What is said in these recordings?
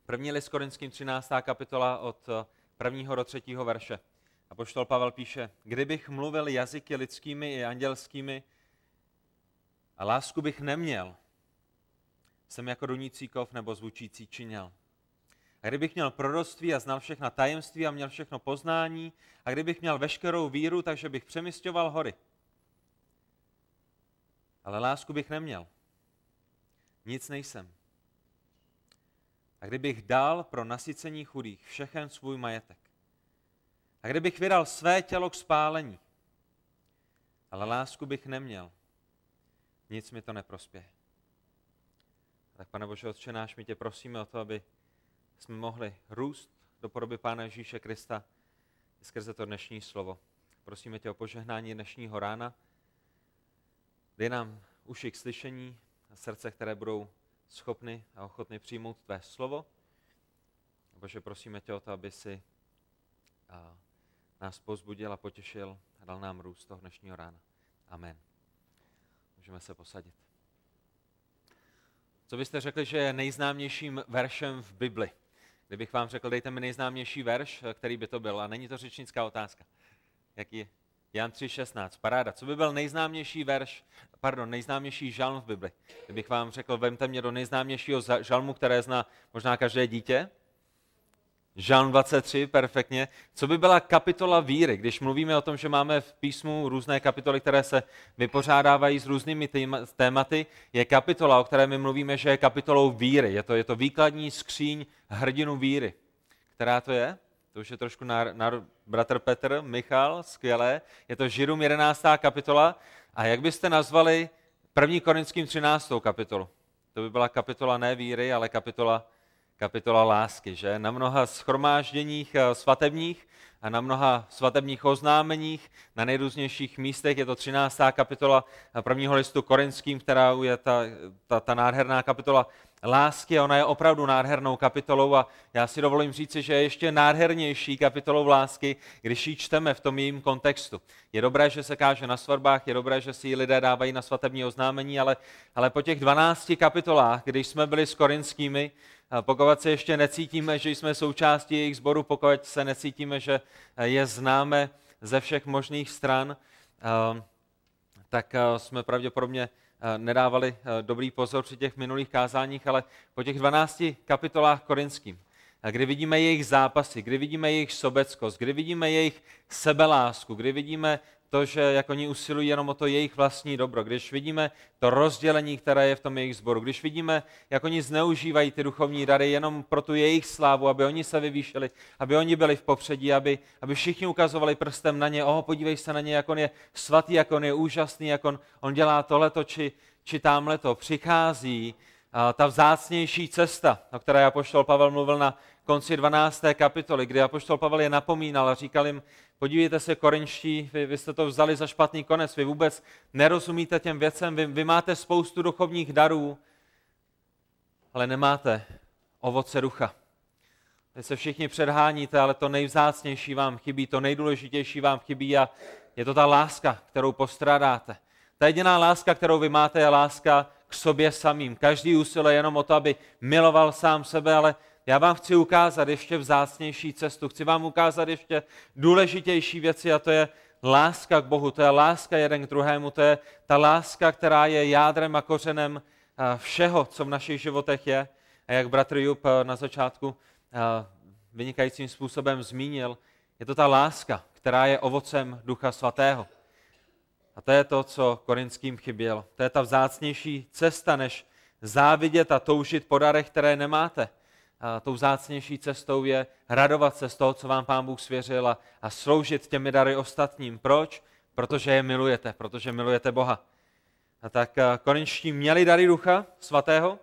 První list Korinským 13. kapitola od 1. do 3. verše. Apoštol Pavel píše: Kdybych mluvil jazyky lidskými i andělskými a lásku bych neměl, jsem jako dunící kov nebo zvučící činel. A kdybych měl proroctví a znal všechna tajemství a měl všechno poznání, a kdybych měl veškerou víru, takže bych přemisťoval hory. Ale lásku bych neměl. Nic nejsem. A kdybych dal pro nasycení chudých všechen svůj majetek. A kdybych vydal své tělo k spálení, ale lásku bych neměl, nic mi to neprospěje. Tak, Pane Bože, Otče náš, my tě prosíme o to, aby jsme mohli růst do podoby Pána Ježíše Krista skrze to dnešní slovo. Prosíme tě o požehnání dnešního rána. Dej nám uši k slyšení a srdce, které budou schopny a ochotny přijmout tvé slovo. Bože, prosíme tě o to, aby si nás povzbudil a potěšil a dal nám růst toho dnešního rána. Amen. Můžeme se posadit. Co byste řekli, že je nejznámějším veršem v Bibli? Kdybych vám řekl, dejte mi nejznámější verš, který by to byl, a není to řečnická otázka. Jaký je? Jan 3,16, paráda. Co by byl nejznámější žalm v Bibli? Kdybych vám řekl, vemte mě do nejznámějšího žalmu, které zná možná každé dítě. Žalm 23, perfektně. Co by byla kapitola víry? Když mluvíme o tom, že máme v písmu různé kapitoly, které se vypořádávají s různými tématy, je kapitola, o které my mluvíme, že je kapitolou víry. Je to výkladní skříň hrdinu víry. Která to je? To už je trošku bratr Petr, Michal, skvělé. Je to Židům 11. kapitola. A jak byste nazvali 1. Korinským 13. kapitolu? To by byla kapitola ne víry, ale kapitola lásky, že? Na mnoha shromážděních svatebních a na mnoha svatebních oznámeních, na nejrůznějších místech je to 13. kapitola prvního listu Korinským, která je ta nádherná kapitola lásky, a ona je opravdu nádhernou kapitolou a já si dovolím říci, že je ještě nádhernější kapitolou lásky, když ji čteme v tom jejím kontextu. Je dobré, že se káže na svatbách, je dobré, že si ji lidé dávají na svatební oznámení, ale po těch 12 kapitolách, když jsme byli s Korinskými, pokud se ještě necítíme, že jsme součástí jejich sboru, pokud se necítíme, že je známe ze všech možných stran, tak jsme pravděpodobně nedávali dobrý pozor při těch minulých kázáních, ale po těch 12 kapitolách Korinským, kdy vidíme jejich zápasy, kdy vidíme jejich sobeckost, kdy vidíme jejich sebelásku, kdy vidíme to, že jak oni usilují jenom o to jejich vlastní dobro, když vidíme to rozdělení, které je v tom jejich sboru, když vidíme, jak oni zneužívají ty duchovní dary jenom pro tu jejich slávu, aby oni se vyvýšili, aby oni byli v popředí, aby všichni ukazovali prstem na ně, podívej se na ně, jak on je svatý, jak on je úžasný, jak on dělá tohleto či támhleto. Přichází ta vzácnější cesta, o které apoštol Pavel mluvil na konci 12. kapitoly, kdy apoštol Pavel je napomínal a říkal jim, podívejte se, Korinští, vy jste to vzali za špatný konec, vy vůbec nerozumíte těm věcem, vy máte spoustu duchovních darů, ale nemáte ovoce ducha. Vy se všichni předháníte, ale to nejvzácnější vám chybí, to nejdůležitější vám chybí a je to ta láska, kterou postrádáte. Ta jediná láska, kterou vy máte, je láska k sobě samým. Každý usiluje jenom o to, aby miloval sám sebe, ale já vám chci ukázat ještě vzácnější cestu. Chci vám ukázat ještě důležitější věci a to je láska k Bohu, to je láska jeden k druhému, to je ta láska, která je jádrem a kořenem všeho, co v našich životech je. A jak bratr Jup na začátku vynikajícím způsobem zmínil, je to ta láska, která je ovocem Ducha Svatého. A to je to, co Korinským chybělo. To je ta vzácnější cesta, než závidět a toužit po darech, které nemáte. A tou vzácnější cestou je radovat se z toho, co vám Pán Bůh svěřil a sloužit těmi dary ostatním. Proč? Protože je milujete, protože milujete Boha. A tak Korinští měli dary Ducha Svatého,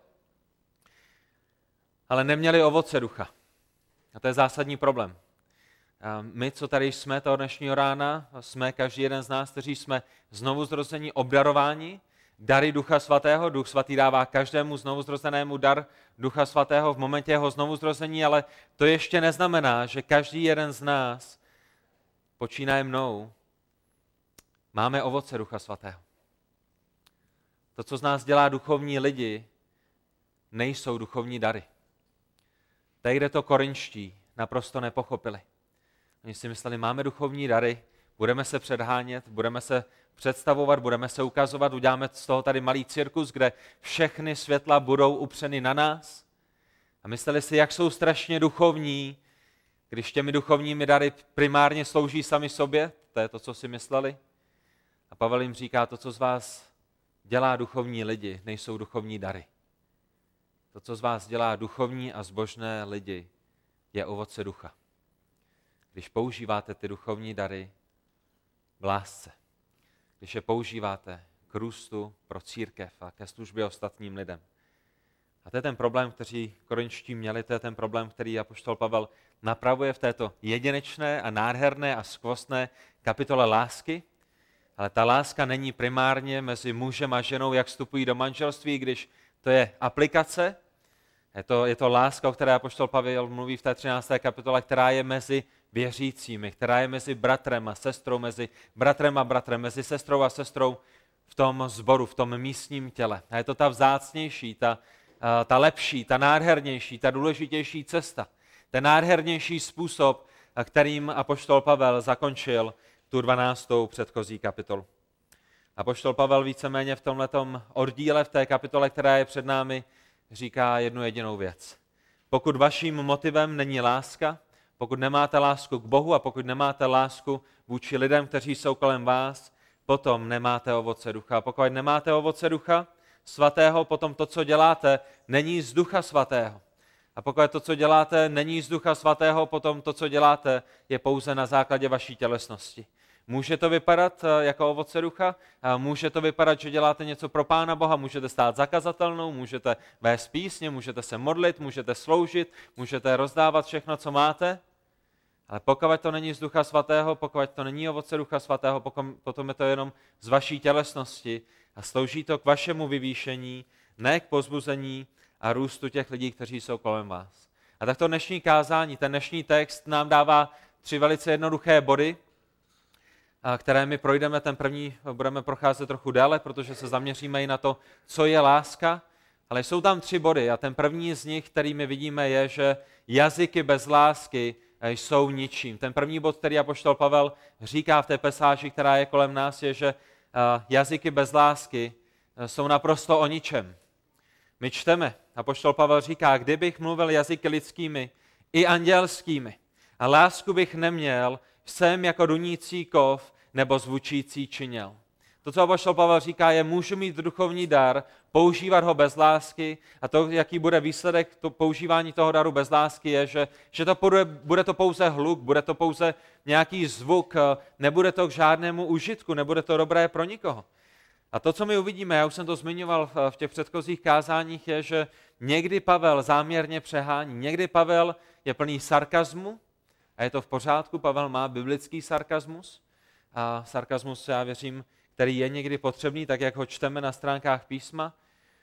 ale neměli ovoce Ducha. A to je zásadní problém. My, co tady jsme toho dnešního rána, jsme každý jeden z nás, kteří jsme znovuzrození, obdarováni dary Ducha Svatého. Duch Svatý dává každému znovuzrozenému dar Ducha Svatého v momentě jeho znovuzrození, ale to ještě neznamená, že každý jeden z nás, počínaje mnou, máme ovoce Ducha Svatého. To, co z nás dělá duchovní lidi, nejsou duchovní dary. Tady, kde to korinští naprosto nepochopili. Oni si mysleli, máme duchovní dary, budeme se předhánět, budeme se představovat, budeme se ukazovat, uděláme z toho tady malý cirkus, kde všechny světla budou upřeny na nás. A mysleli si, jak jsou strašně duchovní, když těmi duchovními dary primárně slouží sami sobě, to je to, co si mysleli. A Pavel jim říká, to, co z vás dělá duchovní lidi, nejsou duchovní dary. To, co z vás dělá duchovní a zbožné lidi, je ovoce ducha. Když používáte ty duchovní dary v lásce, když je používáte k růstu pro církev a ke službě ostatním lidem. A to je ten problém, který korinští měli, to je ten problém, který apoštol Pavel napravuje v této jedinečné a nádherné a skvostné kapitole lásky. Ale ta láska není primárně mezi mužem a ženou, jak vstupují do manželství, když to je aplikace. Je to láska, o které apoštol Pavel mluví v té 13. kapitole, která je mezi věřícími, která je mezi bratrem a sestrou, mezi bratrem a bratrem, mezi sestrou a sestrou v tom sboru, v tom místním těle. A je to ta vzácnější, ta lepší, ta nádhernější, ta důležitější cesta. Ten nádhernější způsob, kterým apoštol Pavel zakončil tu 12. předchozí kapitolu. Apoštol Pavel víceméně v tomhletom oddíle, v té kapitole, která je před námi, říká jednu jedinou věc. Pokud vaším motivem není láska, pokud nemáte lásku k Bohu a pokud nemáte lásku vůči lidem, kteří jsou kolem vás, potom nemáte ovoce ducha. A pokud nemáte ovoce ducha svatého, potom to, co děláte, není z ducha svatého. A pokud to, co děláte, není z ducha svatého, potom to, co děláte, je pouze na základě vaší tělesnosti. Může to vypadat jako ovoce ducha, může to vypadat, že děláte něco pro Pána Boha, můžete stát zakazatelnou, můžete vést písně, můžete se modlit, můžete sloužit, můžete rozdávat všechno, co máte, ale pokud to není z ducha svatého, pokud to není ovoce ducha svatého, potom je to jenom z vaší tělesnosti a slouží to k vašemu vyvýšení, ne k povzbuzení a růstu těch lidí, kteří jsou kolem vás. A tak to dnešní kázání, ten dnešní text nám dává 3 velice jednoduché body, které my projdeme. Ten první budeme procházet trochu déle, protože se zaměříme i na to, co je láska, ale jsou tam 3 body a ten první z nich, který my vidíme, je, že jazyky bez lásky jsou ničím. Ten první bod, který apoštol Pavel říká v té pasáži, která je kolem nás, je, že jazyky bez lásky jsou naprosto o ničem. My čteme, apoštol Pavel říká, kdybych mluvil jazyky lidskými i andělskými a lásku bych neměl, jsem jako dunící kov nebo zvučící činěl. To, co apoštol Pavel říká, je, můžu mít duchovní dar, používat ho bez lásky a to, jaký bude výsledek používání toho daru bez lásky, je, že to bude to pouze hluk, bude to pouze nějaký zvuk, nebude to k žádnému užitku, nebude to dobré pro nikoho. A to, co my uvidíme, já už jsem to zmiňoval v těch předchozích kázáních, je, že někdy Pavel záměrně přehání, někdy Pavel je plný sarkazmu a je to v pořádku, Pavel má biblický sarkazmus a sarkazmus, já věřím, který je někdy potřebný, tak jak ho čteme na stránkách písma.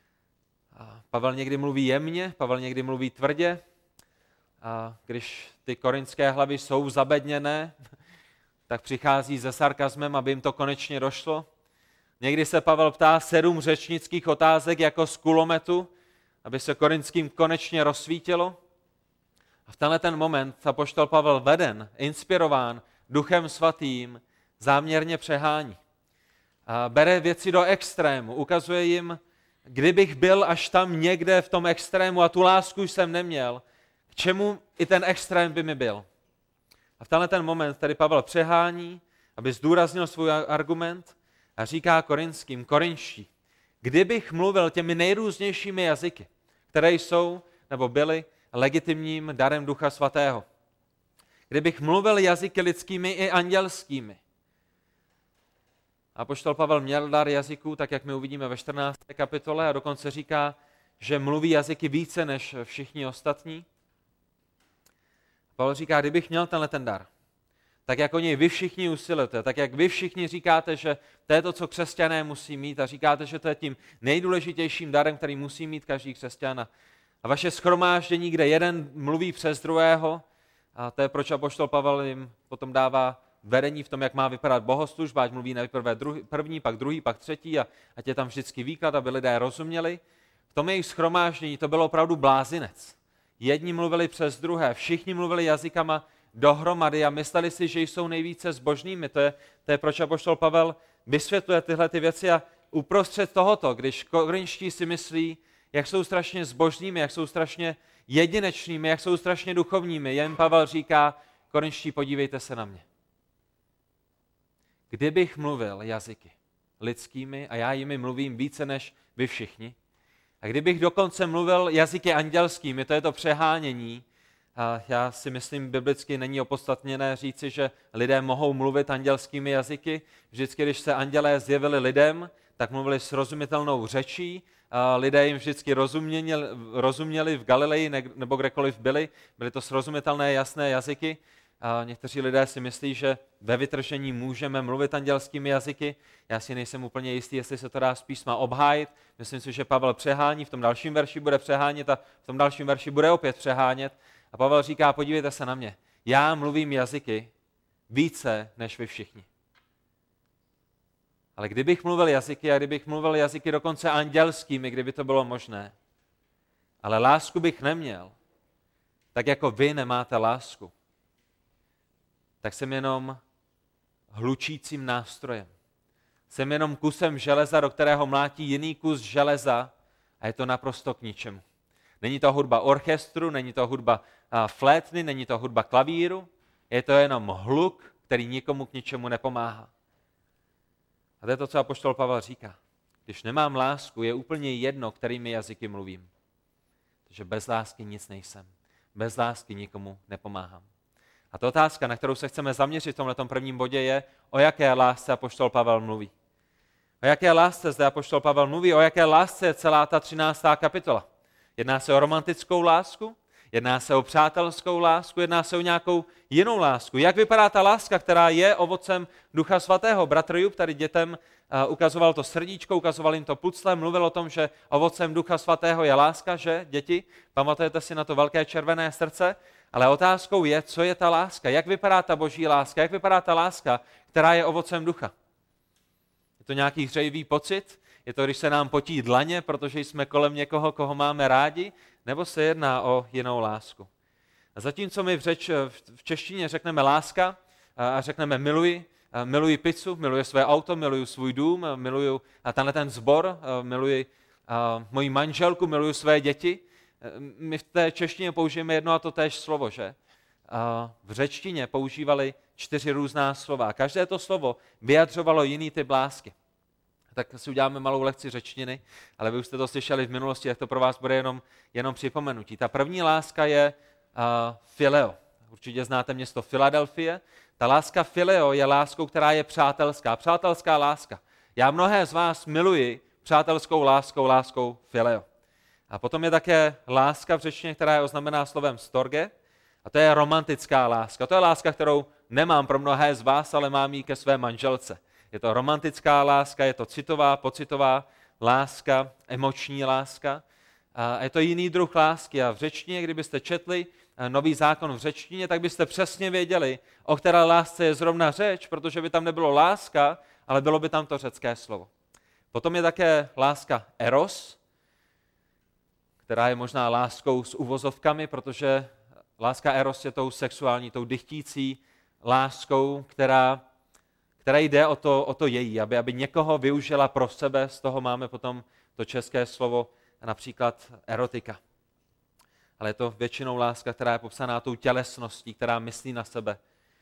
A Pavel někdy mluví jemně, Pavel někdy mluví tvrdě a když ty korinské hlavy jsou zabedněné, tak přichází se sarkazmem, aby jim to konečně došlo. Někdy se Pavel ptá 7 řečnických otázek jako z kulometu, aby se korinským konečně rozsvítilo. A v tenhle ten moment apoštol Pavel veden, inspirován Duchem Svatým, záměrně přehání. A bere věci do extrému, ukazuje jim, kdybych byl až tam někde v tom extrému a tu lásku jsem neměl, k čemu i ten extrém by mi byl. A v tenhle ten moment tady Pavel přehání, aby zdůraznil svůj argument a říká korinští, kdybych mluvil těmi nejrůznějšími jazyky, které jsou nebo byly legitimním darem Ducha Svatého. Kdybych mluvil jazyky lidskými i andělskými. Apoštol Pavel měl dar jazyků, tak jak my uvidíme ve 14. kapitole a dokonce říká, že mluví jazyky více než všichni ostatní. Pavel říká, kdybych měl tenhle ten dar, tak jak o něj vy všichni usilujete, tak jak vy všichni říkáte, že to je to, co křesťané musí mít a říkáte, že to je tím nejdůležitějším darem, který musí mít každý křesťan. A vaše shromáždění, kde jeden mluví přes druhého, a to je proč apoštol Pavel jim potom dává vedení v tom, jak má vypadat bohoslužba, ať mluví nejprve první, pak druhý, pak třetí a ať je tam vždycky výklad, aby lidé rozuměli. V tom jejich shromáždění to bylo opravdu blázinec. Jedni mluvili přes druhé, všichni mluvili jazykama dohromady a mysleli si, že jsou nejvíce zbožnými. To je proč apoštol Pavel vysvětluje tyhle ty věci a uprostřed tohoto, když korinští si myslí, jak jsou strašně zbožnými, jak jsou strašně jedinečnými, jak jsou strašně duchovními, jen Pavel říká, korinští, podívejte se na mě. Kdybych mluvil jazyky lidskými a já jimi mluvím více než vy všichni, a kdybych dokonce mluvil jazyky andělskými, to je to přehánění, a já si myslím, biblicky není opodstatněné říci, že lidé mohou mluvit andělskými jazyky. Vždycky, když se andělé zjevili lidem, tak mluvili srozumitelnou řečí. A lidé jim vždycky rozuměli v Galileji nebo kdekoliv byli. Byly to srozumitelné, jasné jazyky. A někteří lidé si myslí, že ve vytržení můžeme mluvit andělskými jazyky. Já si nejsem úplně jistý, jestli se to dá z písma obhájit. Myslím si, že Pavel přehání, v tom dalším verši bude přehánět a v tom dalším verši bude opět přehánět. A Pavel říká, podívejte se na mě, já mluvím jazyky více než vy všichni. Ale kdybych mluvil jazyky a kdybych mluvil jazyky dokonce andělskými, kdyby to bylo možné, ale lásku bych neměl, tak jako vy nemáte lásku, tak jsem jenom hlučícím nástrojem. Jsem jenom kusem železa, do kterého mlátí jiný kus železa a je to naprosto k ničemu. Není to hudba orchestru, není to hudba flétny, není to hudba klavíru, je to jenom hluk, který nikomu k ničemu nepomáhá. A to je to, co apoštol Pavel říká. Když nemám lásku, je úplně jedno, kterými jazyky mluvím. Protože bez lásky nic nejsem. Bez lásky nikomu nepomáhám. A ta otázka, na kterou se chceme zaměřit v tomhletom prvním bodě, je, o jaké lásce apoštol Pavel mluví. O jaké lásce zde apoštol Pavel mluví, o jaké lásce je celá ta 13. kapitola. Jedná se o romantickou lásku, jedná se o přátelskou lásku, jedná se o nějakou jinou lásku. Jak vypadá ta láska, která je ovocem Ducha Svatého? Bratr Jub tady dětem ukazoval to srdíčko, ukazoval jim to pucle, mluvil o tom, že ovocem Ducha Svatého je láska, že děti? Pamatujete si na to velké červené srdce? Ale otázkou je, co je ta láska? Jak vypadá ta boží láska? Jak vypadá ta láska, která je ovocem ducha? Je to nějaký hřejivý pocit? Je to, když se nám potí dlaně, protože jsme kolem někoho, koho máme rádi? Nebo se jedná o jinou lásku? A zatímco my v češtině řekneme láska a řekneme miluji pizzu, miluji své auto, miluji svůj dům, miluji tenhle ten sbor, miluji moji manželku, miluji své děti, my v té češtině použijeme jedno a to též slovo, že? V řečtině používali 4 různá slova. Každé to slovo vyjadřovalo jiný typ lásky. Tak si uděláme malou lekci řečtiny, ale vy už jste to slyšeli v minulosti, tak to pro vás bude jenom připomenutí. Ta první láska je phileo. Určitě znáte město Filadelfie. Ta láska phileo je láskou, která je přátelská. Přátelská láska. Já mnohé z vás miluji přátelskou láskou phileo. A potom je také láska v řečtině, která je oznamená slovem storge, a to je romantická láska. To je láska, kterou nemám pro mnohé z vás, ale mám ji ke své manželce. Je to romantická láska, je to citová, pocitová láska, emoční láska. A je to jiný druh lásky. A v řečtině, kdybyste četli Nový zákon v řečtině, tak byste přesně věděli, o které lásce je zrovna řeč, protože by tam nebylo láska, ale bylo by tam to řecké slovo. Potom je také láska eros, která je možná láskou s uvozovkami, protože láska eros je tou sexuální, tou dychtící láskou, která jde o to její, aby někoho využila pro sebe, z toho máme potom to české slovo, například erotika. Ale je to většinou láska, která je popsaná tou tělesností, která myslí na sebe.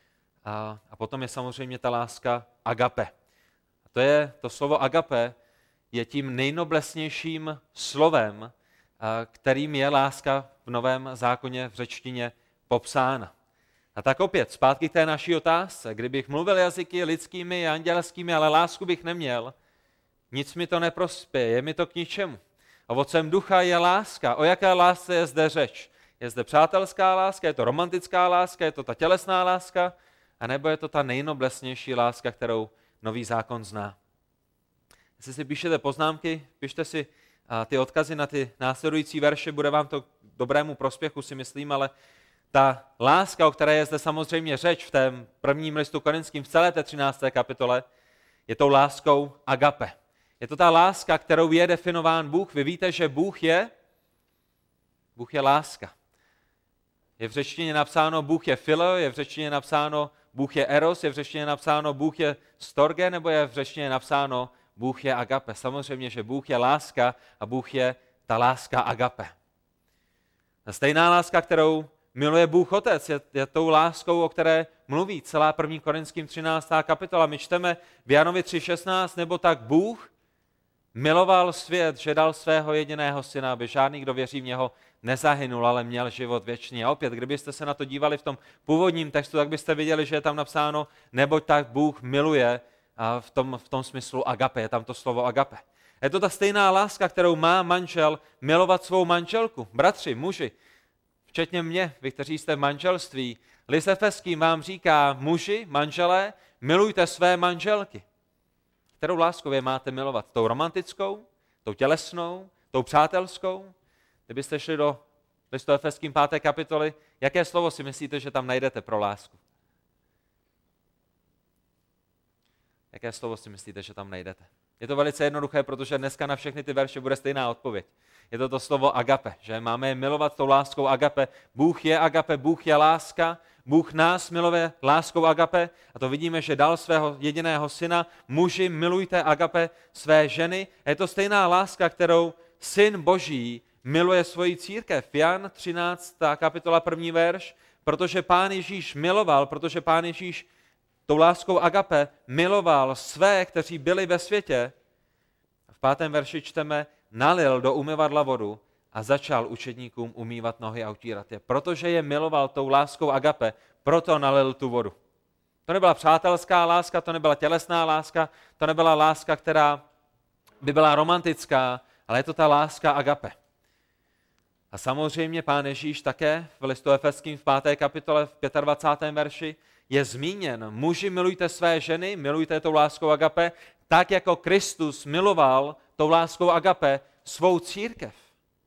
A potom je samozřejmě ta láska agape. A to slovo agape je tím nejnoblesnějším slovem, kterým je láska v Novém zákoně v řečtině popsána. A tak opět, zpátky k té naší otázce. Kdybych mluvil jazyky lidskými a andělskými, ale lásku bych neměl, nic mi to neprospěje, je mi to k ničemu. Ovocem ducha je láska. O jaké lásce je zde řeč? Je zde přátelská láska, je to romantická láska, je to ta tělesná láska, anebo je to ta nejnoblesnější láska, kterou Nový zákon zná. Jestli si píšete poznámky, pište si ty odkazy na ty následující verše, bude vám to k dobrému prospěchu, si myslím, ale ta láska, o které je zde samozřejmě řeč v tom prvním listu Korinským v celé té 13. kapitole, je tou láskou agape. Je to ta láska, kterou je definován Bůh. Vy víte, že Bůh je láska. Je v řečtině napsáno Bůh je Philo, je v řečtině napsáno Bůh je Eros, je v řečtině napsáno Bůh je Storge, nebo je v řečtině napsáno Bůh je agape. Samozřejmě, že Bůh je láska a Bůh je ta láska agape. A stejná láska, kterou miluje Bůh Otec, je tou láskou, o které mluví celá 1. Korinským 13. kapitola. My čteme v Janovi 3.16, nebo tak Bůh miloval svět, že dal svého jediného syna, aby žádný, kdo věří v něho, nezahynul, ale měl život věčný. A opět, kdybyste se na to dívali v tom původním textu, tak byste viděli, že je tam napsáno, neboť tak Bůh miluje v tom smyslu agape, je tam to slovo agape. Je to ta stejná láska, kterou má manžel milovat svou manželku. Bratři, muži, včetně mě, vy, kteří jste v manželství, list Efeským vám říká, muži, manželé, milujte své manželky. Kterou láskou je máte milovat? Tou romantickou, tou tělesnou, tou přátelskou? Kdybyste šli do listu Efeským 5. kapitoly, jaké slovo si myslíte, že tam najdete pro lásku? Jaké slovo si myslíte, že tam najdete? Je to velice jednoduché, protože dneska na všechny ty verše bude stejná odpověď. Je to slovo agape, že máme je milovat tou láskou agape. Bůh je agape, Bůh je láska, Bůh nás miluje láskou agape a to vidíme, že dal svého jediného syna. Muži, milujte agape své ženy. A je to stejná láska, kterou Syn Boží miluje svoji církev. Jan 13. kapitola 1. verš, protože Pán Ježíš miloval, protože Pán Ježíš tou láskou agape miloval své, kteří byli ve světě. V 5. verši čteme, nalil do umyvadla vodu a začal učedníkům umývat nohy a utírat je. Protože je miloval tou láskou agape, proto nalil tu vodu. To nebyla přátelská láska, to nebyla tělesná láska, to nebyla láska, která by byla romantická, ale je to ta láska agape. A samozřejmě Pán Ježíš také v listu Efeským v 5. kapitole v 25. verši je zmíněn. Muži, milujte své ženy, milujte tou láskou agape, tak jako Kristus miloval tou láskou agape svou církev.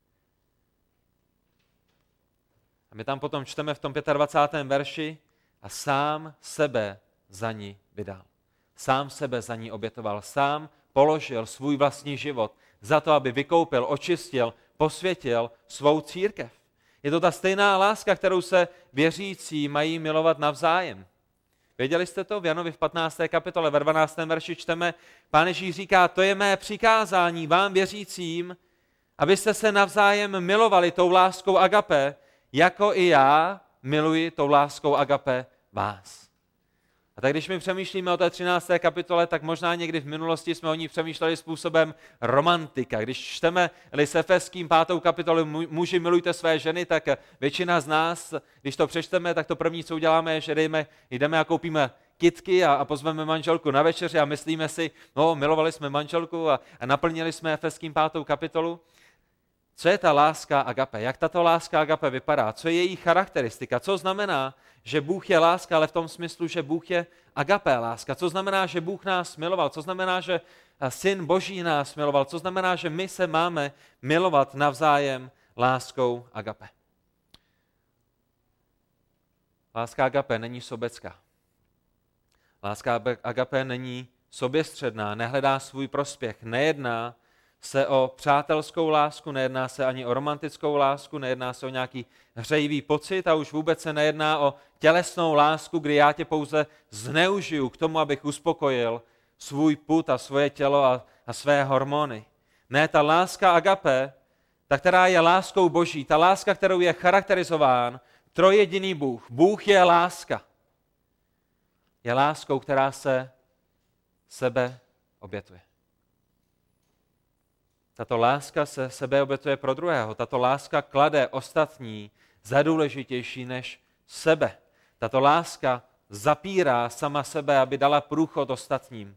A my tam potom čteme v tom 25. verši a sám sebe za ní vydal. Sám sebe za ní obětoval, sám položil svůj vlastní život za to, aby vykoupil, očistil, posvětil svou církev. Je to ta stejná láska, kterou se věřící mají milovat navzájem. Věděli jste to? V Janovi v 15. kapitole ve 12. verši čteme, Pán Ježíš říká, to je mé přikázání vám věřícím, abyste se navzájem milovali tou láskou agape, jako i já miluji tou láskou agape vás. A tak když my přemýšlíme o té 13. kapitole, tak možná někdy v minulosti jsme o ní přemýšleli způsobem romantika. Když čteme list Efeským 5. kapitolu muži milujte své ženy, tak většina z nás, když to přečteme, tak to první, co uděláme, je, že jdeme a koupíme kytky a pozveme manželku na večeři a myslíme si, no, milovali jsme manželku a naplnili jsme Efeským 5. kapitolu. Co je ta láska agape? Jak tato láska agape vypadá? Co je její charakteristika? Co znamená, že Bůh je láska, ale v tom smyslu, že Bůh je agape láska? Co znamená, že Bůh nás miloval? Co znamená, že Syn Boží nás miloval? Co znamená, že my se máme milovat navzájem láskou agape? Láska agape není sobecká. Láska agape není soběstředná, nehledá svůj prospěch, nejedná se o přátelskou lásku, nejedná se ani o romantickou lásku, nejedná se o nějaký hřejivý pocit a už vůbec se nejedná o tělesnou lásku, kdy já tě pouze zneužiju k tomu, abych uspokojil svůj pud a svoje tělo a své hormony. Ne, ta láska agape, ta, která je láskou Boží, ta láska, kterou je charakterizován trojjediný Bůh. Bůh je láska. Je láskou, která se sebe obětuje. Tato láska se sebe obětuje pro druhého. Tato láska klade ostatní za důležitější než sebe. Tato láska zapírá sama sebe, aby dala průchod ostatním.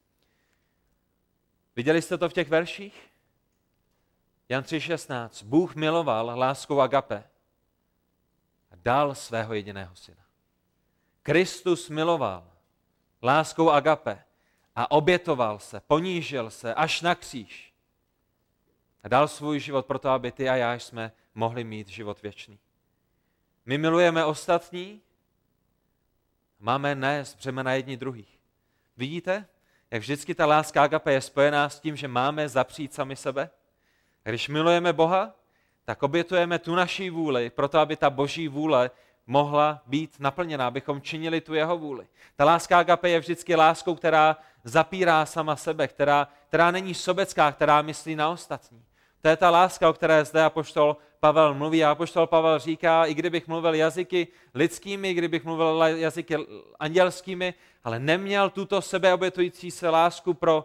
Viděli jste to v těch verších? Jan 3.16. Bůh miloval láskou agape a dal svého jediného syna. Kristus miloval láskou agape a obětoval se, ponížil se až na kříž. A dal svůj život proto, aby ty a já jsme mohli mít život věčný. My milujeme ostatní, máme nést břemena jedni druhých. Vidíte, jak vždycky ta láska agape je spojená s tím, že máme zapřít sami sebe? A když milujeme Boha, tak obětujeme tu naší vůli, proto aby ta boží vůle mohla být naplněná, abychom činili tu jeho vůli. Ta láska agape je vždycky láskou, která zapírá sama sebe, která není sobecká, která myslí na ostatní. To je ta láska, o které zde apoštol Pavel mluví. A apoštol Pavel říká, i kdybych mluvil jazyky lidskými, kdybych mluvil jazyky andělskými, ale neměl tuto sebeobětující se lásku pro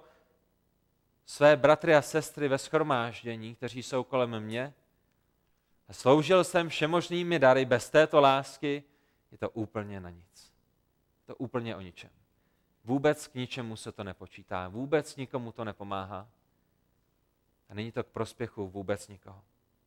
své bratry a sestry ve shromáždění, kteří jsou kolem mě, a sloužil jsem všemožnými dary, bez této lásky je to úplně na nic. To úplně o ničem. Vůbec k ničemu se to nepočítá, vůbec nikomu to nepomáhá a není to k prospěchu vůbec nikoho.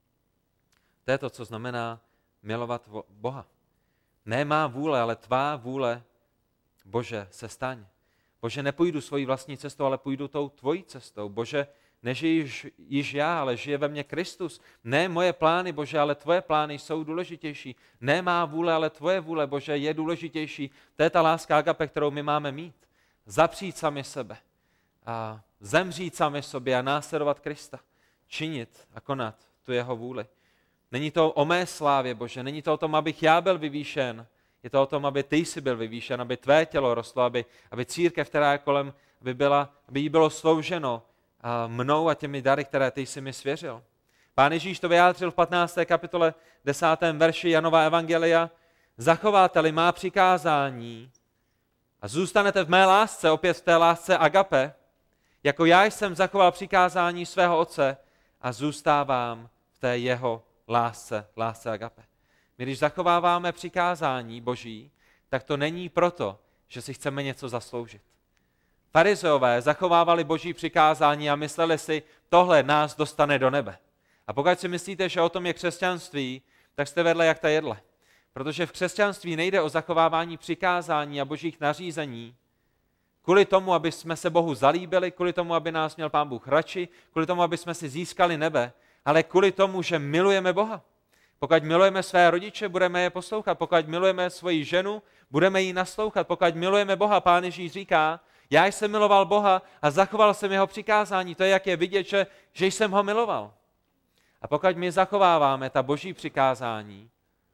To je to, co znamená milovat Boha. Ne má vůle, ale tvá vůle, Bože, se staň. Bože, nepůjdu svojí vlastní cestou, ale půjdu tou tvojí cestou. Bože, nežiji již já, ale žije ve mně Kristus. Ne moje plány, Bože, ale tvoje plány jsou důležitější. Ne má vůle, ale tvoje vůle, Bože, je důležitější. To je ta láska agape, kterou my máme mít. Zapřít sami sebe a zemřít sami sobě a následovat Krista. Činit a konat tu jeho vůli. Není to o mé slávě, Bože, není to o tom, abych já byl vyvýšen. Je to o tom, aby ty jsi byl vyvýšen, aby tvé tělo rostlo, aby církev, která je kolem, aby jí bylo slouženo mnou a těmi dary, které ty jsi mi svěřil. Pán Ježíš to vyjádřil v 15. kapitole 10. verši Janova evangelia. Zachováte-li má přikázání a zůstanete v mé lásce, opět v té lásce agape, jako já jsem zachoval přikázání svého Otce a zůstávám v té jeho lásce agape. My když zachováváme přikázání Boží, tak to není proto, že si chceme něco zasloužit. Farizeové zachovávali Boží přikázání a mysleli si, tohle nás dostane do nebe. A pokud si myslíte, že o tom je křesťanství, tak jste vedle jak ta jedle. Protože v křesťanství nejde o zachovávání přikázání a Božích nařízení kvůli tomu, aby jsme se Bohu zalíbili, kvůli tomu, aby nás měl Pán Bůh radši, kvůli tomu, aby jsme si získali nebe, ale kvůli tomu, že milujeme Boha. Pokud milujeme své rodiče, budeme je poslouchat. Pokud milujeme svoji ženu, budeme jí naslouchat. Pokud milujeme Boha, Pán Ježíš říká, já jsem miloval Boha a zachoval jsem jeho přikázání. To je, jak je vidět, že jsem ho miloval. A pokud my zachováváme ta Boží přikázání,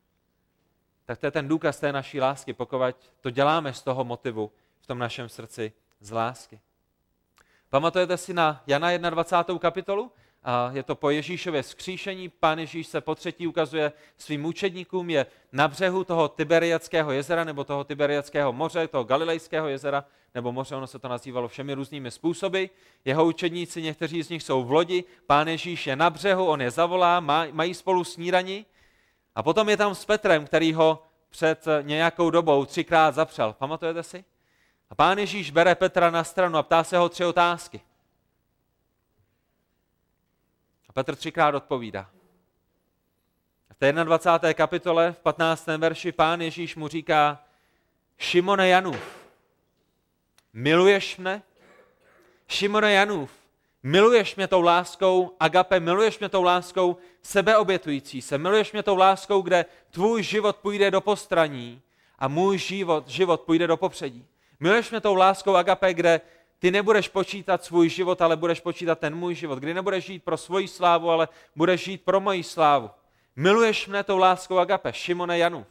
tak to je ten důkaz té naší lásky, pokud to děláme z toho motivu v tom našem srdci z lásky. Pamatujete si na Jana 21. kapitolu? A je to po Ježíšově vzkříšení. Pán Ježíš se potřetí ukazuje svým učedníkům, je na břehu toho Tiberiadského jezera, nebo toho Tiberiadského moře, toho Galilejského jezera, nebo moře, ono se to nazývalo všemi různými způsoby. Jeho učedníci, někteří z nich jsou v lodi, Pán Ježíš je na břehu, on je zavolá, mají spolu snídani. A potom je tam s Petrem, který ho před nějakou dobou 3krát zapřel. Pamatujete si? A Pán Ježíš bere Petra na stranu a ptá se ho 3 otázky. A Petr 3krát odpovídá. V té 21. kapitole, v 15. verši, Pán Ježíš mu říká, Šimone Janův, miluješ mne? Šimone Janův, miluješ mě tou láskou agape, miluješ mě tou láskou sebeobětující se, miluješ mě tou láskou, kde tvůj život půjde do postraní a můj život půjde do popředí. Miluješ mě tou láskou agape, kde ty nebudeš počítat svůj život, ale budeš počítat ten můj život, kdy nebudeš žít pro svoji slávu, ale budeš žít pro moji slávu. Miluješ mne tou láskou agape, Šimone Janův.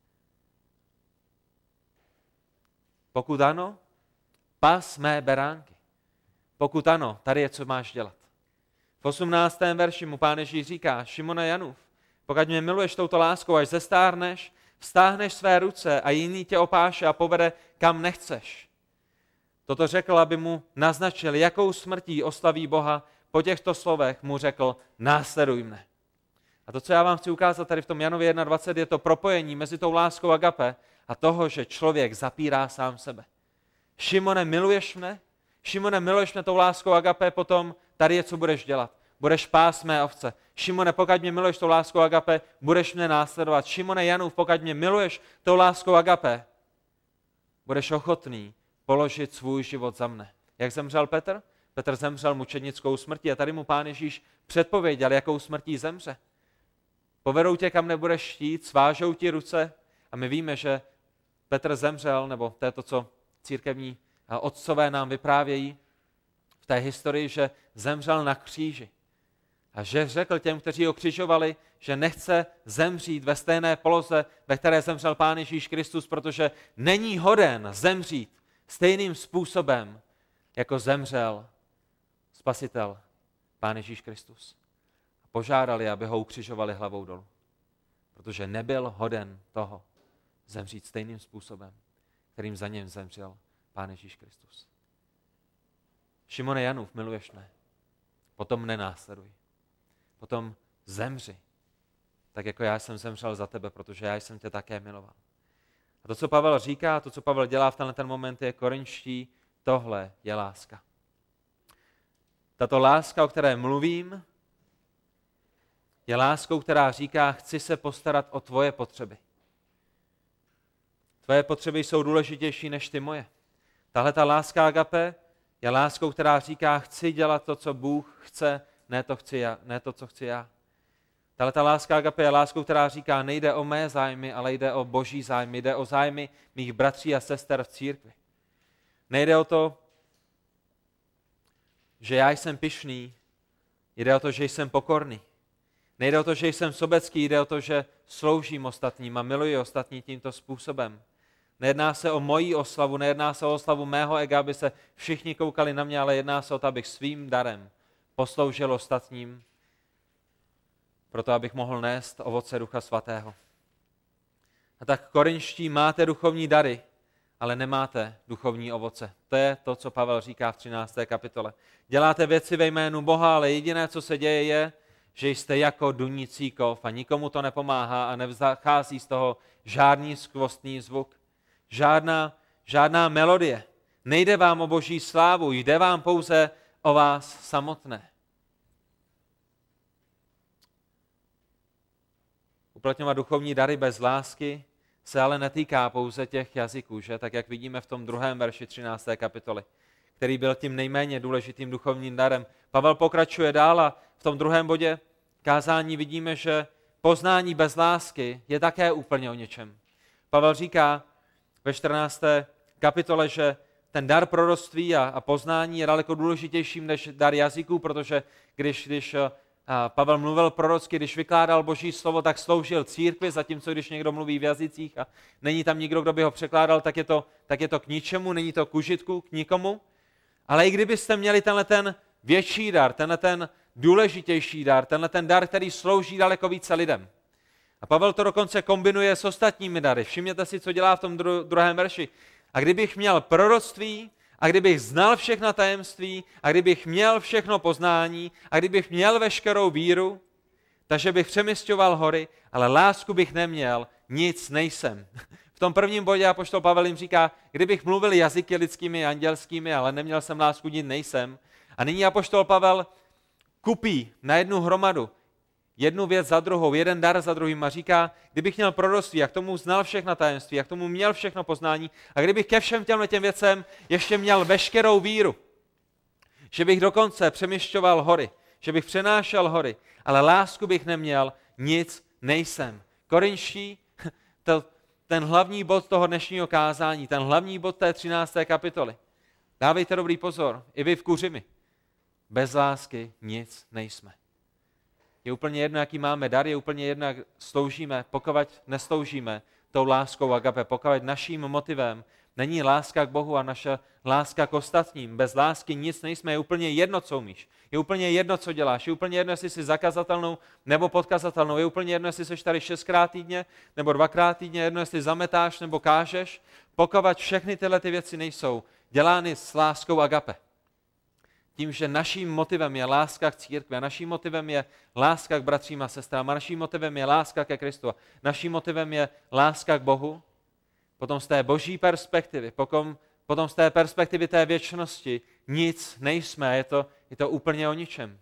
Pokud ano, pas mé beránky. Pokud ano, tady je, co máš dělat. V 18. verši mu Pán Ježíš říká, Šimone Janův, pokud mě miluješ touto láskou, až zestárneš, vztáhneš své ruce a jiný tě opáše a povede, kam nechceš. Toto řekl, aby mu naznačil, jakou smrtí oslaví Boha. Po těchto slovech mu řekl, následuj mne. A to, co já vám chci ukázat tady v tom Janově 21, je to propojení mezi tou láskou agape a toho, že člověk zapírá sám sebe. Šimone, miluješ mne? Šimone, miluješ mě tou láskou agape, potom tady je, co budeš dělat. Budeš pást mé ovce. Šimone, pokud mě miluješ tou láskou agape, budeš mě následovat. Šimone Janův, pokud mě miluješ tou láskou agape, budeš ochotný položit svůj život za mne. Jak zemřel Petr? Petr zemřel mučednickou smrtí a tady mu Pán Ježíš předpověděl, jakou smrtí zemře. Povedou tě, kam nebudeš štít, svážou ti ruce a my víme, že Petr zemřel, nebo to je to, co církevní otcové nám vyprávějí v té historii, že zemřel na kříži. A že řekl těm, kteří ho křižovali, že nechce zemřít ve stejné poloze, ve které zemřel Pán Ježíš Kristus, protože není hoden zemřít stejným způsobem, jako zemřel Spasitel, Pán Ježíš Kristus. A požádali, aby ho ukřižovali hlavou dolů, protože nebyl hoden toho zemřít stejným způsobem, kterým za něm zemřel Pán Ježíš Kristus. Šimone Janův, miluješ mne? Potom mne následuj. Potom zemři, tak jako já jsem zemřel za tebe, protože já jsem tě také miloval. A to, co Pavel říká, to, co Pavel dělá v tenhle moment, je korinští, tohle je láska. Tato láska, o které mluvím, je láskou, která říká, chci se postarat o tvoje potřeby. Tvoje potřeby jsou důležitější než ty moje. Tahle ta láska agape je láskou, která říká, chci dělat to, co Bůh chce, ne to, co chci já. Tahle ta láska agape je láskou, která říká, nejde o mé zájmy, ale jde o boží zájmy, jde o zájmy mých bratří a sester v církvi. Nejde o to, že já jsem pyšný, jde o to, že jsem pokorný. Nejde o to, že jsem sobecký, jde o to, že sloužím ostatním a miluji ostatní tímto způsobem. Nejedná se o moji oslavu, nejedná se o oslavu mého ega, aby se všichni koukali na mě, ale jedná se o to, abych svým darem posloužil ostatním, proto abych mohl nést ovoce Ducha Svatého. A tak korinští, máte duchovní dary, ale nemáte duchovní ovoce. To je to, co Pavel říká v 13. kapitole. Děláte věci ve jménu Boha, ale jediné, co se děje, je, že jste jako dunící kov a nikomu to nepomáhá a nevzchází z toho žádný skvostný zvuk, žádná melodie. Nejde vám o boží slávu, jde vám pouze o vás samotné. Uplatňovat duchovní dary bez lásky se ale netýká pouze těch jazyků, že? Tak jak vidíme v tom 2. verši 13. kapitoly, který byl tím nejméně důležitým duchovním darem. Pavel pokračuje dál a v tom 2. bodě kázání vidíme, že poznání bez lásky je také úplně o něčem. Pavel říká ve 14. kapitole, že ten dar proroctví a poznání je daleko důležitějším než dar jazyků, protože když Pavel mluvil prorocky, když vykládal Boží slovo, tak sloužil církvi, zatímco když někdo mluví v jazycích a není tam nikdo, kdo by ho překládal, tak je to k ničemu, není to k užitku, k nikomu. Ale i kdybyste měli tenhle ten větší dar, tenhle ten důležitější dar, tenhle ten dar, který slouží daleko více lidem. A Pavel to dokonce kombinuje s ostatními dary. Všimněte si, co dělá v tom 2. verši. A kdybych měl proroctví, a kdybych znal všechna tajemství, a kdybych měl všechno poznání, a kdybych měl veškerou víru, takže bych přemisťoval hory, ale lásku bych neměl, nic nejsem. V tom 1. bodě apoštol Pavel jim říká, kdybych mluvil jazyky lidskými a andělskými, ale neměl jsem lásku, nic nejsem. A nyní apoštol Pavel kupí na jednu hromadu jednu věc za druhou, jeden dar za druhým a říká, kdybych měl proroctví, jak tomu znal všechna tajemství, jak tomu měl všechno poznání a kdybych ke všem těm věcem ještě měl veškerou víru, že bych dokonce přemýšťoval hory, že bych přenášel hory, ale lásku bych neměl, nic nejsem. Korinští, ten hlavní bod toho dnešního kázání, ten hlavní bod té 13. kapitoly. Dávejte dobrý pozor, i vy v Kuřimi. Bez lásky nic nejsme. Je úplně jedno, jaký máme dar, je úplně jedno, jak sloužíme, pokud nesloužíme tou láskou agape, pokud naším motivem není láska k Bohu a naše láska k ostatním. Bez lásky nic nejsme, je úplně jedno, co umíš. Je úplně jedno, co děláš. Je úplně jedno, jestli jsi zakazatelnou nebo podkazatelnou. Je úplně jedno, jestli jsi tady 6krát týdně nebo 2krát týdně, jedno, jestli zametáš nebo kážeš. Pokud všechny tyhle ty věci nejsou dělány s láskou agape. Tím, že naším motivem je láska k církvi a naším motivem je láska k bratřím a sestrám a naším motivem je láska ke Kristu a naším motivem je láska k Bohu, potom z té boží perspektivy, potom z té perspektivy té věčnosti nic nejsme, je to úplně o ničem.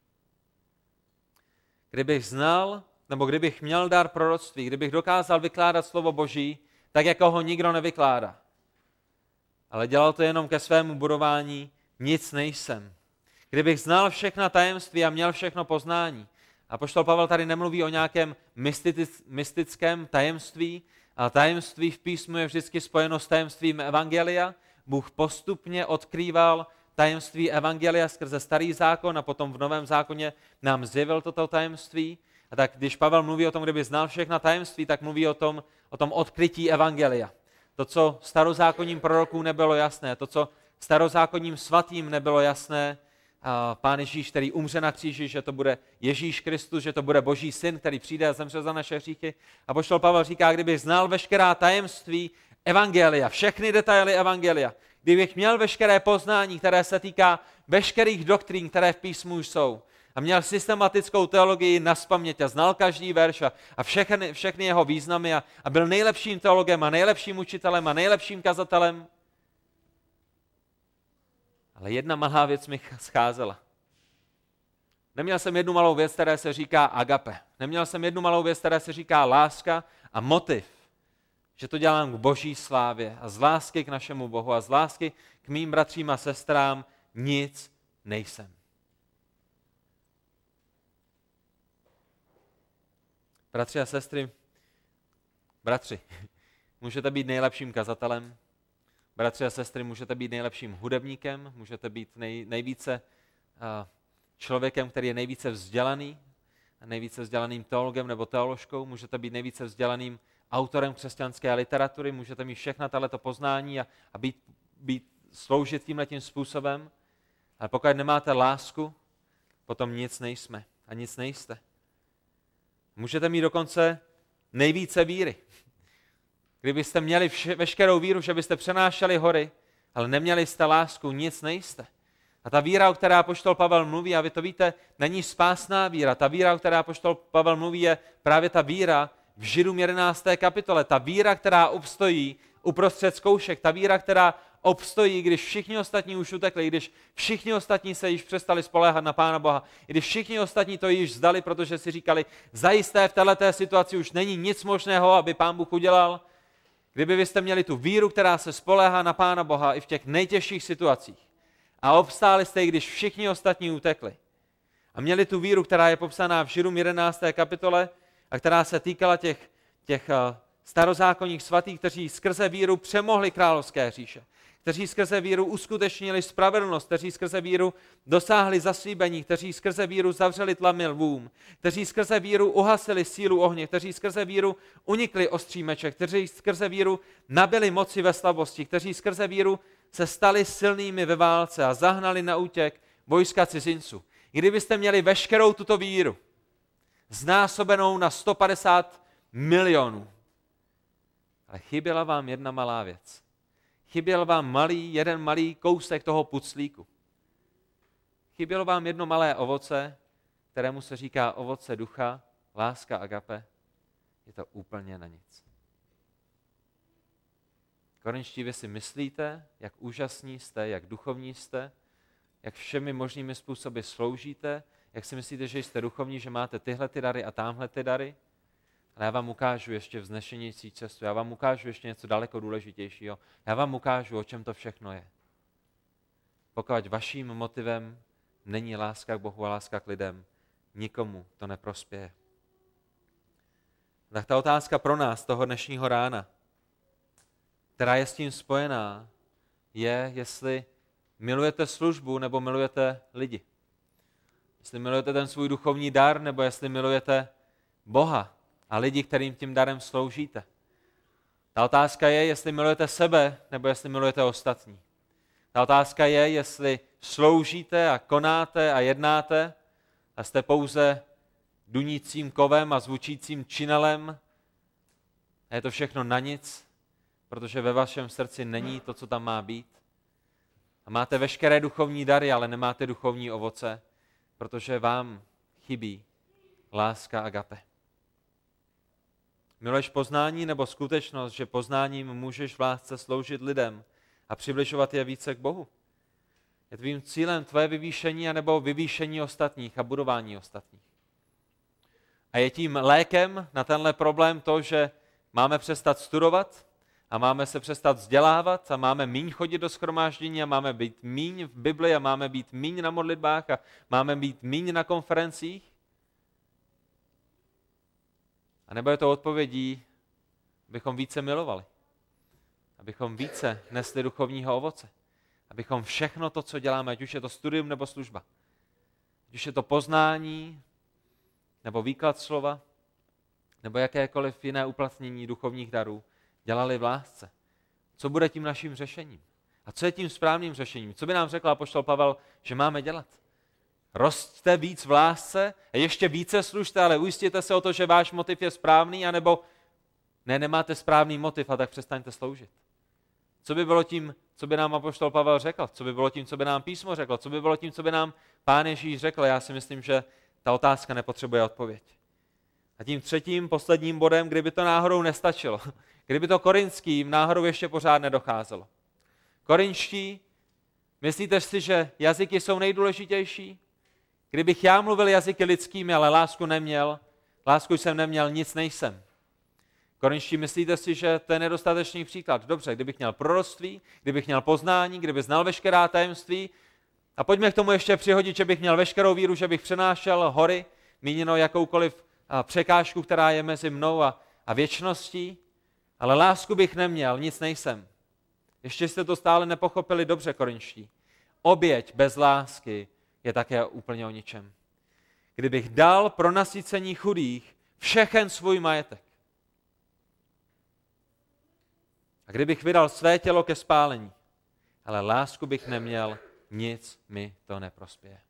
Kdybych znal, nebo kdybych měl dar proroctví, kdybych dokázal vykládat slovo Boží, tak jako ho nikdo nevykládá. Ale dělal to jenom ke svému budování, nic nejsem. Kdybych znal všechna tajemství a měl všechno poznání. Apoštol Pavel tady nemluví o nějakém mystickém tajemství, ale tajemství v písmu je vždycky spojeno s tajemstvím evangelia. Bůh postupně odkrýval tajemství evangelia skrze starý zákon a potom v novém zákoně nám zjevil toto tajemství. A tak když Pavel mluví o tom, kdyby znal všechna tajemství, tak mluví o tom odkrytí evangelia. To, co starozákonním prorokům nebylo jasné, to, co starozákonním svatým nebylo jasné, Pán Ježíš, který umře na kříži, že to bude Ježíš Kristus, že to bude Boží syn, který přijde a zemře za naše hříchy. A apoštol Pavel říká, kdybych znal veškerá tajemství evangelia, všechny detaily evangelia, kdybych měl veškeré poznání, které se týká veškerých doktrín, které v písmu jsou, a měl systematickou teologii nazpaměť a znal každý verš a všechny jeho významy a byl nejlepším teologem a nejlepším učitelem a nejlepším kazatelem. Ale jedna malá věc mi scházela. Neměl jsem jednu malou věc, která se říká agape. Neměl jsem jednu malou věc, která se říká láska a motiv. Že to dělám k Boží slávě a z lásky k našemu Bohu a z lásky k mým bratřím a sestrám nic nejsem. Bratři a sestry, můžete být nejlepším kazatelem, bratři a sestry, můžete být nejlepším hudebníkem, můžete být nejvíce člověkem, který je nejvíce vzdělaným teologem nebo teoložkou, můžete být nejvíce vzdělaným autorem křesťanské literatury, můžete mít všechna tato poznání a sloužit tímhletím způsobem, ale pokud nemáte lásku, potom nic nejsme a nic nejste. Můžete mít dokonce nejvíce víry. Kdybyste měli veškerou víru, že byste přenášeli hory, ale neměli jste lásku, nic nejste. A ta víra, o které apoštol Pavel mluví, a vy to víte, není spásná víra. Ta víra, o které apoštol Pavel mluví, je právě ta víra v Židům 11. kapitole. Ta víra, která obstojí uprostřed zkoušek. Ta víra, která obstojí, když všichni ostatní už utekli, když všichni ostatní se již přestali spoléhat na Pána Boha, i když všichni ostatní to již vzdali, protože si říkali, zajisté v této situaci už není nic možného, aby Pán Bůh udělal. Kdyby vy jste měli tu víru, která se spoléhá na Pána Boha i v těch nejtěžších situacích a obstáli jste, když všichni ostatní utekli. A měli tu víru, která je popsaná v Židům 11. kapitole a která se týkala těch starozákonních svatých, kteří skrze víru přemohli královské říše, kteří skrze víru uskutečnili spravedlnost, kteří skrze víru dosáhli zaslíbení, kteří skrze víru zavřeli tlamy lvům, kteří skrze víru uhasili sílu ohně, kteří skrze víru unikli ostří meče, kteří skrze víru nabili moci ve slabosti, kteří skrze víru se stali silnými ve válce a zahnali na útěk vojska cizinců. Kdybyste měli veškerou tuto víru, znásobenou na 150 milionů, ale chyběla vám jedna malá věc. Chyběl vám jeden malý kousek toho puclíku. Chybělo vám jedno malé ovoce, kterému se říká ovoce ducha, láska agape. Je to úplně na nic. Korinští, vy si myslíte, jak úžasní jste, jak duchovní jste, jak všemi možnými způsoby sloužíte, jak si myslíte, že jste duchovní, že máte tyhle ty dary a tamhle ty dary. Ale já vám ukážu ještě vznešenější cestu, já vám ukážu ještě něco daleko důležitějšího. Já vám ukážu, o čem to všechno je. Pokud vaším motivem není láska k Bohu a láska k lidem, nikomu to neprospěje. Tak ta otázka pro nás toho dnešního rána, která je s tím spojená, je, jestli milujete službu nebo milujete lidi. Jestli milujete ten svůj duchovní dar, nebo jestli milujete Boha a lidi, kterým tím darem sloužíte. Ta otázka je, jestli milujete sebe, nebo jestli milujete ostatní. Ta otázka je, jestli sloužíte a konáte a jednáte a jste pouze dunícím kovem a zvučícím činelem a je to všechno na nic, protože ve vašem srdci není to, co tam má být. A máte veškeré duchovní dary, ale nemáte duchovní ovoce, protože vám chybí láska agape. Miluješ poznání nebo skutečnost, že poznáním můžeš v lásce sloužit lidem a přibližovat je více k Bohu? Je tvým cílem tvoje vyvýšení anebo vyvýšení ostatních a budování ostatních? A je tím lékem na tenhle problém to, že máme přestat studovat a máme se přestat vzdělávat a máme míň chodit do shromáždění a máme být míň v Bibli a máme být míň na modlitbách a máme být míň na konferencích? A nebo je to odpovědí, abychom více milovali, abychom více nesli duchovního ovoce, abychom všechno to, co děláme, ať už je to studium nebo služba, ať už je to poznání, nebo výklad slova, nebo jakékoliv jiné uplatnění duchovních darů, dělali v lásce. Co bude tím naším řešením? A co je tím správným řešením? Co by nám řekl apoštol Pavel, že máme dělat? Rostte víc v lásce a ještě více služte, ale ujistěte se o to, že váš motiv je správný, anebo nemáte správný motiv a tak přestaňte sloužit. Co by bylo tím, co by nám apoštol Pavel řekl? Co by bylo tím, co by nám písmo řeklo? Co by bylo tím, co by nám Pán Ježíš řekl? Já si myslím, že ta otázka nepotřebuje odpověď. A tím třetím, posledním bodem, kdyby to náhodou nestačilo, kdyby to korinským náhodou ještě pořád nedocházelo. Korinští, myslíte si, že jazyky jsou nejdůležitější? Kdybych já mluvil jazyky lidskými, ale lásku jsem neměl, nic nejsem. Korinští, myslíte si, že to je nedostatečný příklad? Dobře, kdybych měl proroctví, kdybych měl poznání, kdybych znal veškerá tajemství, a pojďme k tomu ještě přihodit, že bych měl veškerou víru, že bych přenášel hory, míněno jakoukoliv překážku, která je mezi mnou a věčností, ale lásku bych neměl, nic nejsem. Ještě jste to stále nepochopili dobře, korinští. Oběť bez lásky je také úplně o ničem. Kdybych dal pro nasycení chudých všechen svůj majetek a kdybych vydal své tělo ke spálení, ale lásku bych neměl, nic mi to neprospěje.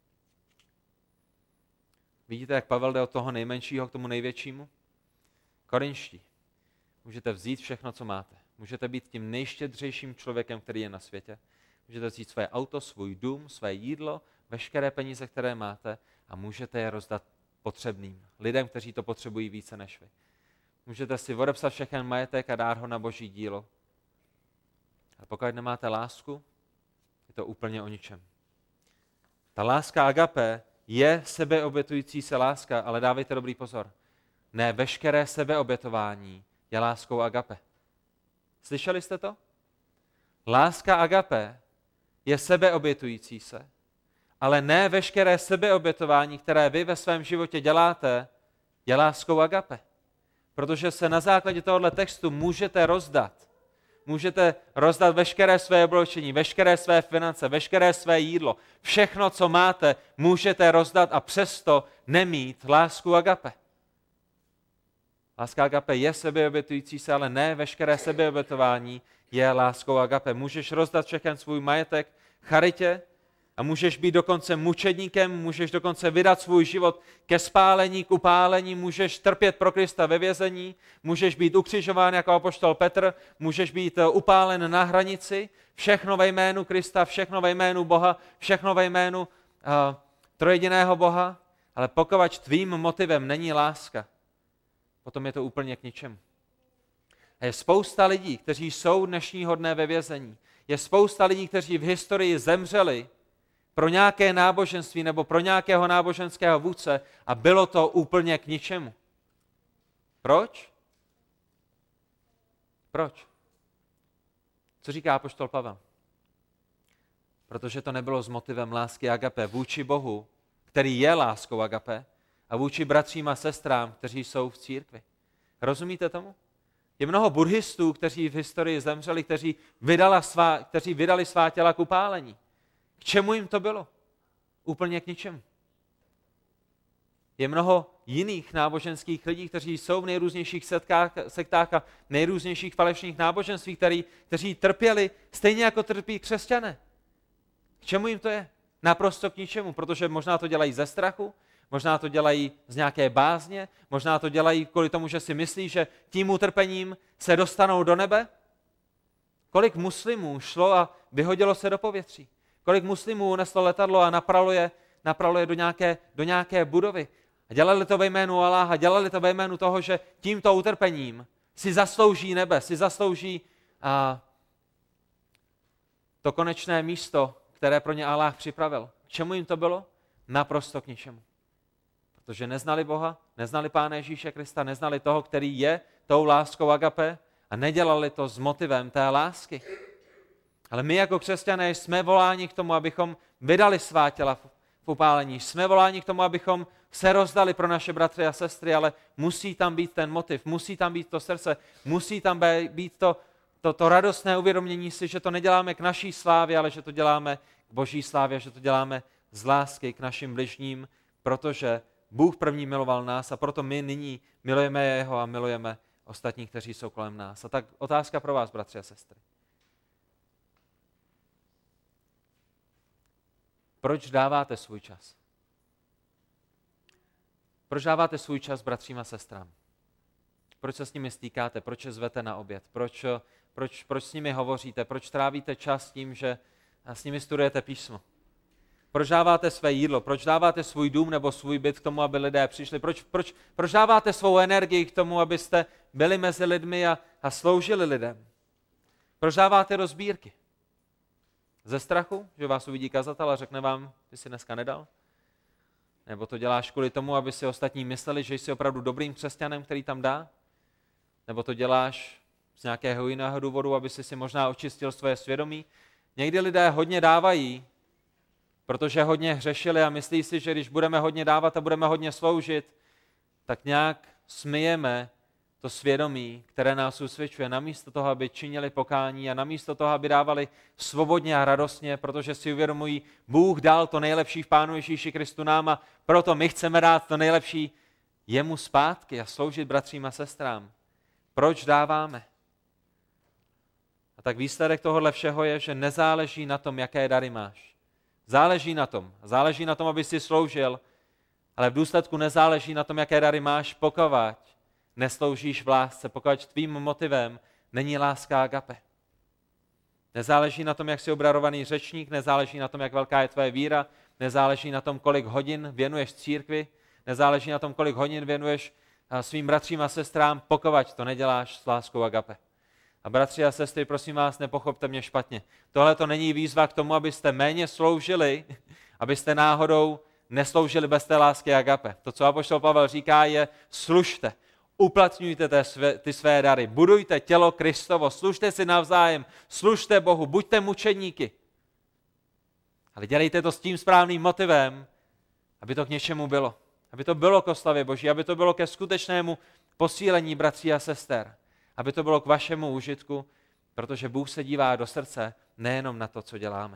Vidíte, jak Pavel jde od toho nejmenšího k tomu největšímu? Korinští, můžete vzít všechno, co máte. Můžete být tím nejštědřejším člověkem, který je na světě. Můžete vzít své auto, svůj dům, své jídlo, veškeré peníze, které máte a můžete je rozdat potřebným. Lidem, kteří to potřebují více než vy. Můžete si odepsat všechen majetek a dát ho na Boží dílo. A pokud nemáte lásku, je to úplně o ničem. Ta láska agape je sebeobětující se láska, ale dávejte dobrý pozor. Ne veškeré sebeobětování je láskou agape. Slyšeli jste to? Láska agape je sebeobětující se, ale ne veškeré sebeobětování, které vy ve svém životě děláte, je láskou agape. Protože se na základě tohoto textu můžete rozdat. Můžete rozdat veškeré své oblečení, veškeré své finance, veškeré své jídlo. Všechno, co máte, můžete rozdat a přesto nemít lásku agape. Láska agape je sebeobětující se, ale ne veškeré sebeobětování je láskou agape. Můžeš rozdat všechen svůj majetek charitě a můžeš být dokonce mučedníkem, můžeš dokonce vydat svůj život ke spálení, k upálení, můžeš trpět pro Krista ve vězení, můžeš být ukřižován jako apoštol Petr, můžeš být upálen na hranici, všechno ve jménu Krista, všechno ve jménu Boha, všechno ve jménu trojediného Boha, ale pokud tvým motivem není láska, potom je to úplně k ničemu. A je spousta lidí, kteří jsou dnešního dne ve vězení. Je spousta lidí, kteří v historii zemřeli pro nějaké náboženství nebo pro nějakého náboženského vůdce a bylo to úplně k ničemu. Proč? Proč? Co říká apoštol Pavel? Protože to nebylo s motivem lásky agape vůči Bohu, který je láskou agape, a vůči bratřím a sestrám, kteří jsou v církvi. Rozumíte tomu? Je mnoho buddhistů, kteří v historii zemřeli, kteří vydali svá těla k upálení. K čemu jim to bylo? Úplně k ničemu. Je mnoho jiných náboženských lidí, kteří jsou v nejrůznějších sektách a nejrůznějších falešných náboženství, kteří trpěli stejně jako trpí křesťané. K čemu jim to je? Naprosto k ničemu, protože možná to dělají ze strachu, možná to dělají z nějaké bázně, možná to dělají kvůli tomu, že si myslí, že tím utrpením se dostanou do nebe. Kolik muslimů šlo a vyhodilo se do povětří? Kolik muslimů uneslo letadlo a napralo je do nějaké budovy? A dělali to ve jménu Alláha, dělali to ve jménu toho, že tímto utrpením si zaslouží nebe, si zaslouží to konečné místo, které pro ně Alláh připravil. K čemu jim to bylo? Naprosto k ničemu. Protože neznali Boha, neznali Pána Ježíše Krista, neznali toho, který je tou láskou agape a nedělali to s motivem té lásky. Ale my jako křesťané jsme voláni k tomu, abychom vydali svá těla v upálení. Jsme voláni k tomu, abychom se rozdali pro naše bratry a sestry, ale musí tam být ten motiv, musí tam být to srdce, musí tam být to radostné uvědomění si, že to neděláme k naší slávě, ale že to děláme k Boží slávě, že to děláme z lásky k našim bližním, protože Bůh první miloval nás a proto my nyní milujeme jeho a milujeme ostatní, kteří jsou kolem nás. A tak otázka pro vás, bratři a sestry. Proč dáváte svůj čas? Proč dáváte svůj čas bratřím a sestrám? Proč se s nimi stýkáte? Proč je zvete na oběd? Proč s nimi hovoříte? Proč trávíte čas tím, že s nimi studujete písmo? Proč dáváte své jídlo? Proč dáváte svůj dům nebo svůj byt k tomu, aby lidé přišli? Proč dáváte svou energii k tomu, abyste byli mezi lidmi a sloužili lidem? Proč dáváte do sbírky? Ze strachu, že vás uvidí kazatel a řekne vám, ty jsi dneska nedal? Nebo to děláš kvůli tomu, aby si ostatní mysleli, že jsi opravdu dobrým křesťanem, který tam dá? Nebo to děláš z nějakého jiného důvodu, aby si možná očistil svoje svědomí? Někdy lidé hodně dávají, protože hodně hřešili a myslí si, že když budeme hodně dávat a budeme hodně sloužit, tak nějak smyjeme to svědomí, které nás usvědčuje, namísto toho, aby činili pokání a namísto toho, aby dávali svobodně a radostně, protože si uvědomují, Bůh dal to nejlepší v Pánu Ježíši Kristu nám a proto my chceme dát to nejlepší jemu zpátky a sloužit bratřím a sestrám. Proč dáváme? A tak výsledek tohohle všeho je, že nezáleží na tom, jaké dary máš. Záleží na tom, aby si sloužil, ale v důsledku nezáleží na tom, jaké dary máš, pokud nesloužíš v lásce, pokud tvým motivem není láska agape. Nezáleží na tom, jak jsi obdarovaný řečník, nezáleží na tom, jak velká je tvoje víra, nezáleží na tom, kolik hodin věnuješ církvi, nezáleží na tom, kolik hodin věnuješ svým bratřím a sestrám, pokud to neděláš s láskou agape. A bratři a sestry, prosím vás, nepochopte mě špatně. Tohle to není výzva k tomu, abyste méně sloužili, abyste náhodou nesloužili bez té lásky agape. To, co apoštol Pavel říká, je služte, uplatňujte ty své dary, budujte tělo Kristovo, služte si navzájem, služte Bohu, buďte mučedníky. Ale dělejte to s tím správným motivem, aby to k něčemu bylo. Aby to bylo k oslavě Boží, aby to bylo ke skutečnému posílení bratří a sester. Aby to bylo k vašemu užitku, protože Bůh se dívá do srdce nejenom na to, co děláme.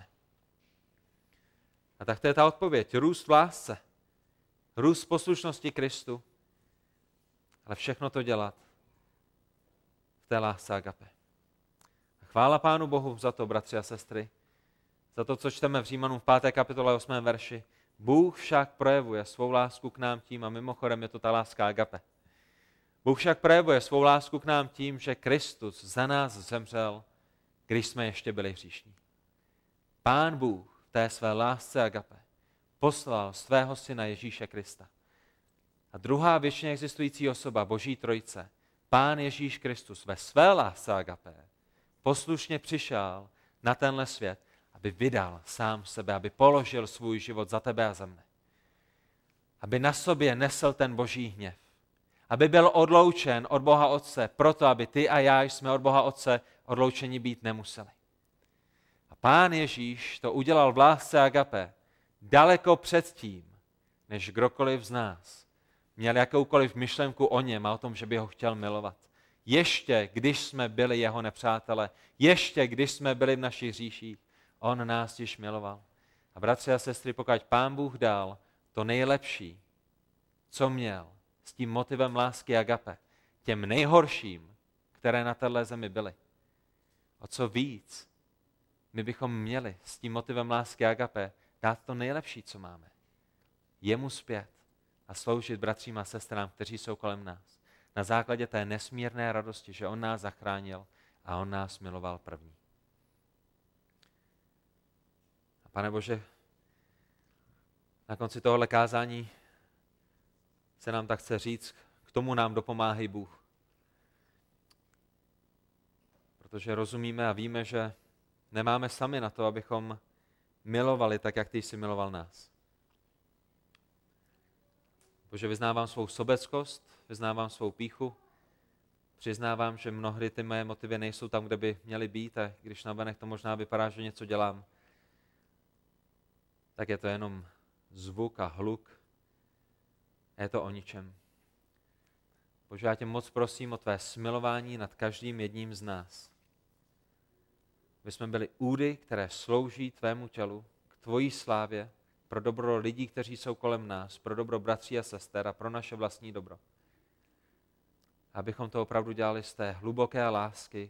A tak to je ta odpověď. Růst v lásce, růst v poslušnosti Kristu, ale všechno to dělat v té lásce agape. A chvála Pánu Bohu za to, bratři a sestry, za to, co čteme v Římanům v 5. kapitole 8. verši. Bůh však projevuje svou lásku k nám tím, a mimochodem je to ta láska agape. Bůh však projevuje svou lásku k nám tím, že Kristus za nás zemřel, když jsme ještě byli hříšní. Pán Bůh v té své lásce agape poslal svého syna Ježíše Krista. A druhá věčně existující osoba, Boží trojice, Pán Ježíš Kristus ve své lásce agape, poslušně přišel na tenhle svět, aby vydal sám sebe, aby položil svůj život za tebe a za mne. Aby na sobě nesl ten Boží hněv. Aby byl odloučen od Boha Otce, proto aby ty a já jsme od Boha Otce odloučeni být nemuseli. A Pán Ježíš to udělal v lásce agape daleko předtím, než kdokoliv z nás měl jakoukoliv myšlenku o něm a o tom, že by ho chtěl milovat. Ještě když jsme byli jeho nepřátele, ještě když jsme byli v našich hříších, on nás již miloval. A bratři a sestry, pokud Pán Bůh dal to nejlepší, co měl, s tím motivem lásky agape, těm nejhorším, které na téhle zemi byly. O co víc my bychom měli s tím motivem lásky agape dát to nejlepší, co máme. Jemu zpět a sloužit bratřím a sestrám, kteří jsou kolem nás. Na základě té nesmírné radosti, že on nás zachránil a on nás miloval první. A Pane Bože, na konci tohohle kázání se nám tak chce říct, k tomu nám dopomáhej Bůh. Protože rozumíme a víme, že nemáme sami na to, abychom milovali tak, jak ty jsi miloval nás. Bože, vyznávám svou sobeckost, vyznávám svou pýchu, přiznávám, že mnohdy ty moje motivy nejsou tam, kde by měly být a když navenek to možná vypadá, že něco dělám, tak je to jenom zvuk a hluk. Je to o ničem. Bože, já tě moc prosím o tvé smilování nad každým jedním z nás. aby jsme byli údy, které slouží tvému tělu, k tvojí slávě, pro dobro lidí, kteří jsou kolem nás, pro dobro bratří a sester a pro naše vlastní dobro. Abychom to opravdu dělali z té hluboké lásky,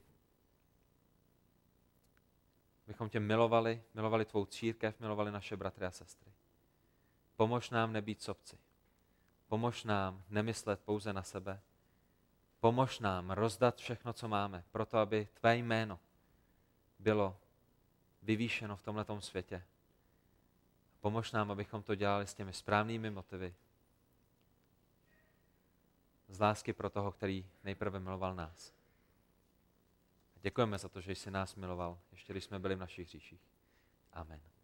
abychom tě milovali, milovali tvou církev, milovali naše bratry a sestry. Pomož nám nebýt sobci. Pomož nám nemyslet pouze na sebe. Pomož nám rozdat všechno, co máme, proto aby tvé jméno bylo vyvýšeno v tomhletom světě. Pomož nám, abychom to dělali s těmi správnými motivy. Z lásky pro toho, který nejprve miloval nás. Děkujeme za to, že jsi nás miloval, ještě když jsme byli v našich hříších. Amen.